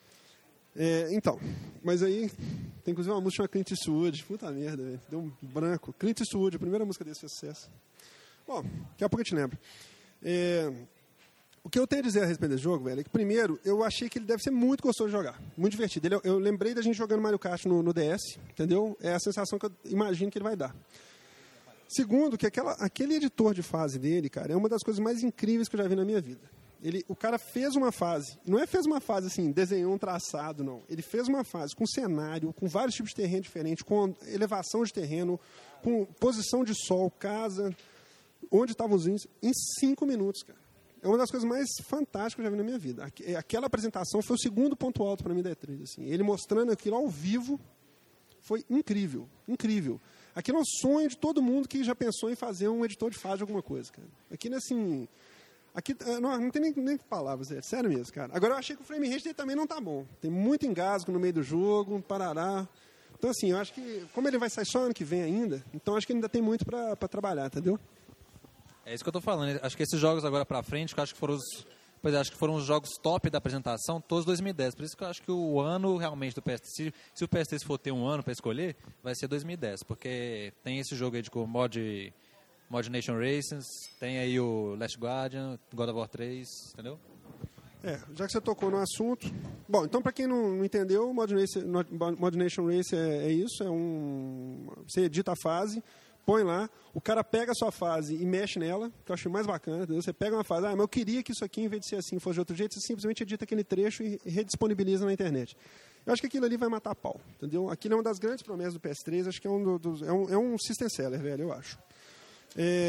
Então, mas aí tem inclusive uma música chamada Clint Eastwood. Puta merda, velho. Deu um branco. Clint Eastwood, a primeira música desse sucesso. Bom, daqui a pouco eu te lembro. O que eu tenho a dizer a respeito desse jogo, velho, é que primeiro, eu achei que ele deve ser muito gostoso de jogar. Muito divertido. Eu lembrei da gente jogando Mario Kart no DS, entendeu? É a sensação que eu imagino que ele vai dar. Segundo, que aquele editor de fase dele, cara, é uma das coisas mais incríveis que eu já vi na minha vida. O cara fez uma fase, não fez uma fase assim, desenhou um traçado, não. Ele fez uma fase com cenário, com vários tipos de terreno diferentes, com elevação de terreno, com posição de sol, casa, onde estavam os índios, em 5 minutos, cara. É uma das coisas mais fantásticas que eu já vi na minha vida. Aquela apresentação foi o segundo ponto alto para mim da E3. Assim. Ele mostrando aquilo ao vivo foi incrível, incrível. Aquilo é um sonho de todo mundo que já pensou em fazer um editor de fase de alguma coisa, cara. Aquilo, assim... não tem nem palavras, é sério mesmo, cara. Agora, eu achei que o frame rate dele também não tá bom. Tem muito engasgo no meio do jogo, um parará. Então, assim, eu acho que... Como ele vai sair só ano que vem ainda, então acho que ainda tem muito para trabalhar, entendeu? É isso que eu tô falando. Acho que esses jogos agora pra frente, que eu acho que foram os jogos top da apresentação, todos 2010. Por isso que eu acho que o ano realmente do PS3, se o PS3 for ter um ano para escolher, vai ser 2010. Porque tem esse jogo aí de Mod Nation Races, tem aí o Last Guardian, God of War 3, entendeu? Já que você tocou no assunto... Bom, então para quem não entendeu, Mod Nation Race é isso, você edita a fase, põe lá, o cara pega a sua fase e mexe nela, que eu acho mais bacana, entendeu? Você pega uma fase, mas eu queria que isso aqui, em vez de ser assim, fosse de outro jeito, você simplesmente edita aquele trecho e redisponibiliza na internet. Eu acho que aquilo ali vai matar a pau, entendeu? Aquilo é uma das grandes promessas do PS3, acho que é um system seller, velho, eu acho.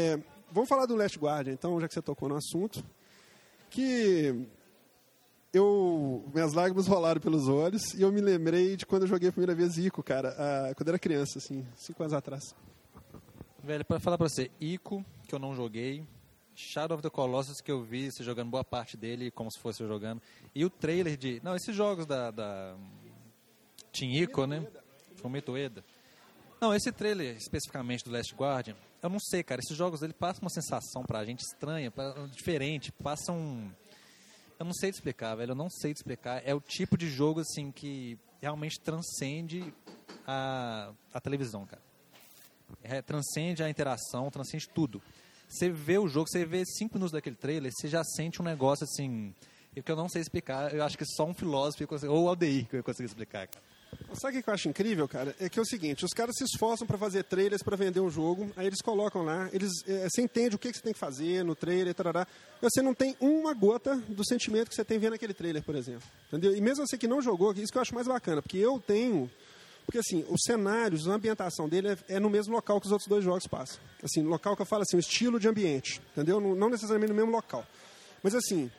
vamos falar do Last Guardian, então, já que você tocou no assunto. Que minhas lágrimas rolaram pelos olhos e eu me lembrei de quando eu joguei a primeira vez Ico, cara, quando eu era criança, assim, 5 anos atrás. Velho, pra falar pra você, Ico, que eu não joguei, Shadow of the Colossus, que eu vi você jogando boa parte dele, como se fosse eu jogando, e o trailer de... Não, esses jogos da Team Ico, né? Fumito Ueda. Não, esse trailer, especificamente do Last Guardian, eu não sei, cara, esses jogos, ele passa uma sensação pra gente estranha, diferente, passa um... Eu não sei te explicar, velho, eu não sei te explicar. É o tipo de jogo, assim, que realmente transcende a televisão, cara. Transcende a interação, transcende tudo. Você vê o jogo, você vê 5 minutos daquele trailer, você já sente um negócio, assim, que eu não sei explicar. Eu acho que só um filósofo, ou o Aldeir, que eu consigo explicar, cara. Sabe o que eu acho incrível, cara? É que é o seguinte, os caras se esforçam para fazer trailers para vender um jogo, aí eles colocam lá, você entende o que você tem que fazer no trailer, tarará, e você não tem uma gota do sentimento que você tem vendo aquele trailer, por exemplo. Entendeu? E mesmo você que não jogou, isso que eu acho mais bacana, porque eu tenho... Porque, assim, os cenários, a ambientação dele é no mesmo local que os outros 2 jogos passam. Assim, local que eu falo assim, o estilo de ambiente, entendeu? Não necessariamente no mesmo local. Mas, assim,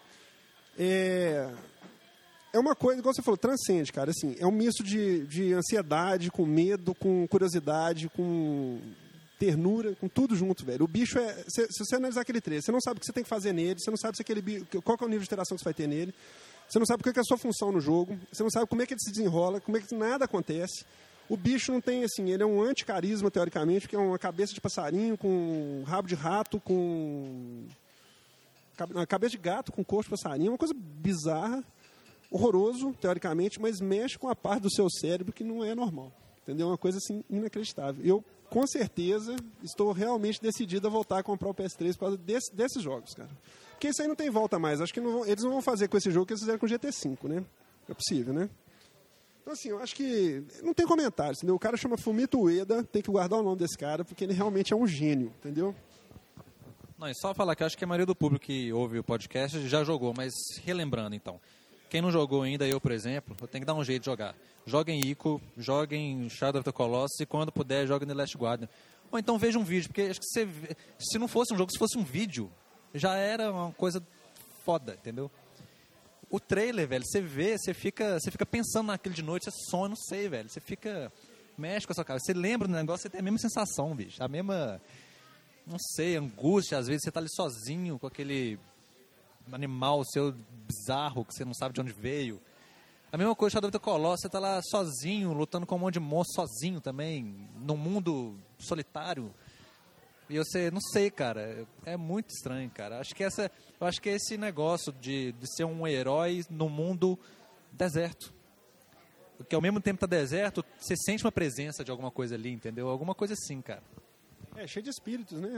é uma coisa, igual você falou, transcende, cara. Assim, é um misto de ansiedade, com medo, com curiosidade, com ternura, com tudo junto, velho. O bicho se você analisar aquele trailer, você não sabe o que você tem que fazer nele, você não sabe se qual que é o nível de interação que você vai ter nele, você não sabe o que é a sua função no jogo, você não sabe como é que ele se desenrola, como é que nada acontece. O bicho não tem, assim, ele é um anticarisma, teoricamente, porque é uma cabeça de passarinho, com um rabo de rato, com... Uma cabeça de gato, com corpo de passarinho, uma coisa bizarra. Horroroso, teoricamente, mas mexe com a parte do seu cérebro que não é normal. Entendeu? Uma coisa assim inacreditável. Eu, com certeza, estou realmente decidido a voltar a comprar o PS3 por causa desses jogos, cara. Porque isso aí não tem volta mais. Acho que eles não vão fazer com esse jogo o que eles fizeram com o GT5, né? É possível, né? Então, assim, eu acho que não tem comentários, entendeu? O cara chama Fumito Ueda, tem que guardar o nome desse cara, porque ele realmente é um gênio, entendeu? Não, é só falar que eu acho que a maioria do público que ouve o podcast já jogou, mas relembrando, então. Quem não jogou ainda, eu, por exemplo, eu tenho que dar um jeito de jogar. Joguem Ico, joguem Shadow of the Colossus e quando puder, joguem The Last Guardian. Ou então veja um vídeo, porque acho que se não fosse um jogo, se fosse um vídeo, já era uma coisa foda, entendeu? O trailer, velho, você vê, você fica pensando naquilo de noite, você sonha, não sei, velho. Você mexe com a sua cara. Você lembra do negócio, você tem a mesma sensação, bicho. A mesma, não sei, angústia. Às vezes você tá ali sozinho com aquele animal seu bizarro, que você não sabe de onde veio. A mesma coisa, Shadow of the Colossus, você tá lá sozinho, lutando com um monte de monstros sozinho também, num mundo solitário. E você, não sei, cara, é muito estranho, cara. Eu acho que é esse negócio de ser um herói no mundo deserto. Porque ao mesmo tempo tá deserto, você sente uma presença de alguma coisa ali, entendeu? Alguma coisa assim, cara. É, cheio de espíritos, né?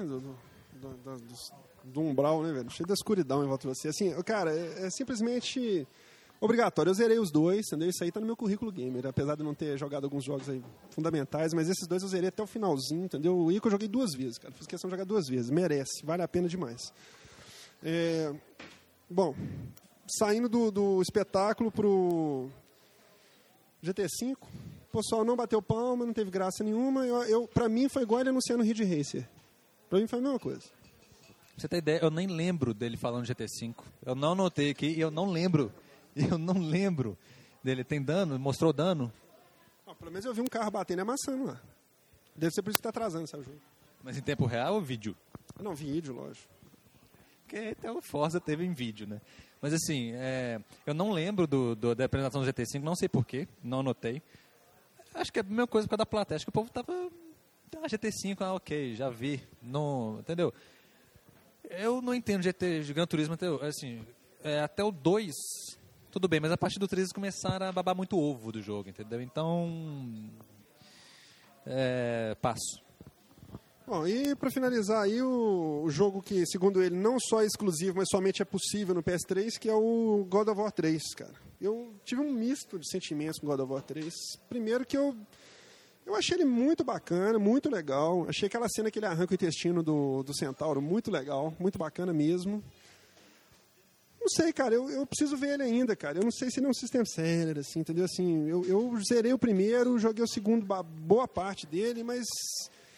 Do umbral, né, velho? Cheio da escuridão em volta de você. Assim, cara, é simplesmente obrigatório. Eu zerei os 2, entendeu? Isso aí tá no meu currículo gamer, apesar de não ter jogado alguns jogos aí fundamentais, mas esses 2 eu zerei até o finalzinho, entendeu? O Ico eu joguei 2 vezes, cara. Fiz questão de jogar 2 vezes. Merece, vale a pena demais. Bom, saindo do espetáculo pro GT5, o pessoal não bateu palma, não teve graça nenhuma. Pra mim foi igual ele anunciando o Ridge Racer. Pra mim foi a mesma coisa. Pra você ter ideia, eu nem lembro dele falando GT5. Eu não anotei aqui e eu não lembro. Dele. Tem dano? Mostrou dano? Não, pelo menos eu vi um carro batendo e amassando lá. Deve ser por isso que tá atrasando, sabe o jogo. Mas em tempo real ou vídeo? Não, vídeo, lógico. Porque até o Forza teve em vídeo, né? Mas assim, eu não lembro da apresentação do GT5, não sei porquê, não anotei. Acho que é a mesma coisa por causa da plateia. Acho que o povo tava... GT5, ok, já vi. Não, entendeu? Eu não entendo de Gran Turismo até o 2, tudo bem, mas a partir do 3 eles começaram a babar muito ovo do jogo, entendeu? Então, passo. Bom, e para finalizar aí, o jogo que, segundo ele, não só é exclusivo, mas somente é possível no PS3, que é o God of War 3, cara. Eu tive um misto de sentimentos com God of War 3. Primeiro que eu achei ele muito bacana, muito legal. Achei aquela cena que ele arranca o intestino do centauro muito legal, muito bacana mesmo. Não sei, cara, eu preciso ver ele ainda, cara. Eu não sei se ele é um system seller, assim, entendeu? Assim, eu zerei o primeiro, joguei o segundo, boa parte dele, mas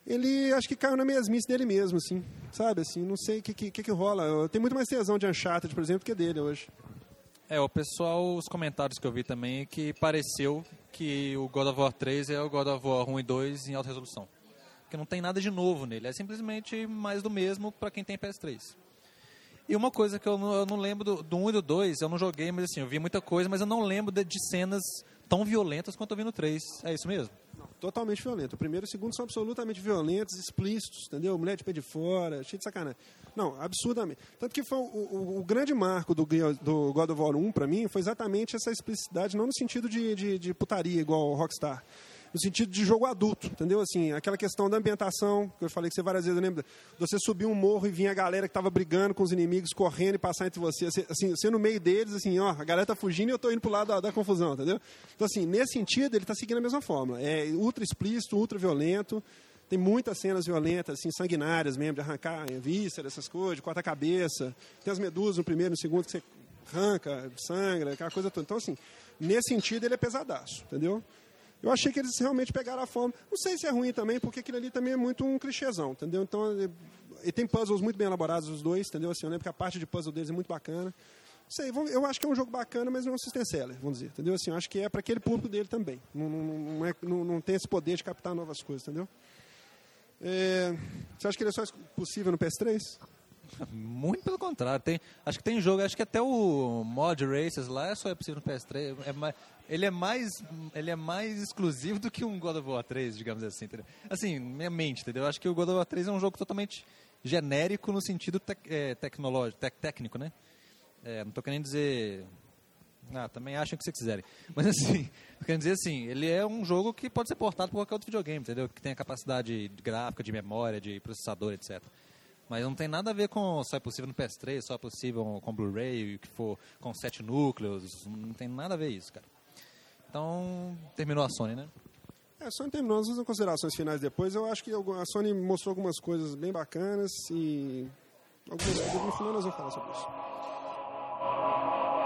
ele acho que caiu na mesmice dele mesmo, assim, sabe? Assim, não sei o que rola. Eu tenho muito mais tesão de Uncharted, por exemplo, do que dele hoje. O pessoal, os comentários que eu vi também, é que pareceu que o God of War 3 é o God of War 1 e 2 em alta resolução. Porque não tem nada de novo nele, é simplesmente mais do mesmo para quem tem PS3. E uma coisa que eu não lembro do 1 e do 2, eu não joguei, mas assim, eu vi muita coisa, mas eu não lembro de cenas tão violentas quanto eu vi no 3. É isso mesmo? Não, totalmente violento. O primeiro e o segundo são absolutamente violentos, explícitos, entendeu? Mulher de pé de fora, cheio de sacanagem. Não, absurdamente. Tanto que foi o grande marco do God of War 1, pra mim, foi exatamente essa explicidade, não no sentido de putaria, igual o Rockstar, no sentido de jogo adulto, entendeu? Assim, aquela questão da ambientação, que eu falei que você várias vezes, eu lembro de você subir um morro e vinha a galera que estava brigando com os inimigos, correndo e passar entre você, assim, você no meio deles, assim, ó, a galera tá fugindo e eu tô indo pro lado da confusão, entendeu? Então, assim, nesse sentido, ele tá seguindo a mesma fórmula. É ultra explícito, ultra violento, tem muitas cenas violentas, assim, sanguinárias mesmo, de arrancar vísceras, essas coisas, de cortar a cabeça. Tem as medusas no primeiro e no segundo que você arranca, sangra, aquela coisa toda. Então, assim, nesse sentido, ele é pesadaço, entendeu? Eu achei que eles realmente pegaram a forma. Não sei se é ruim também, porque aquilo ali também é muito um clichêzão, entendeu? Então, e tem puzzles muito bem elaborados, os dois, entendeu? Assim, eu lembro que a parte de puzzle deles é muito bacana. Não sei, eu acho que é um jogo bacana, mas não é um system seller, vamos dizer, entendeu? Assim, eu acho que é para aquele público dele também. Não tem esse poder de captar novas coisas, entendeu? Você acha que ele é só possível no PS3? Muito pelo contrário. Acho que tem jogo, acho que até o Mod Races lá só é possível no PS3. Ele é mais exclusivo do que um God of War 3, digamos assim. Entendeu? Assim, minha mente, entendeu? Acho que o God of War 3 é um jogo totalmente genérico no sentido tecnológico, técnico, né? Não estou querendo dizer... também acham o que vocês quiserem. Mas assim, querendo dizer assim, ele é um jogo que pode ser portado por qualquer outro videogame, entendeu? Que tem a capacidade gráfica, de memória, de processador, etc. Mas não tem nada a ver com só é possível no PS3, só é possível com Blu-ray, o que for com 7 núcleos. Não tem nada a ver isso, cara. Então, terminou a Sony, né? A Sony terminou. As considerações finais depois. Eu acho que a Sony mostrou algumas coisas bem bacanas e algumas coisas no final nós vamos falar sobre isso.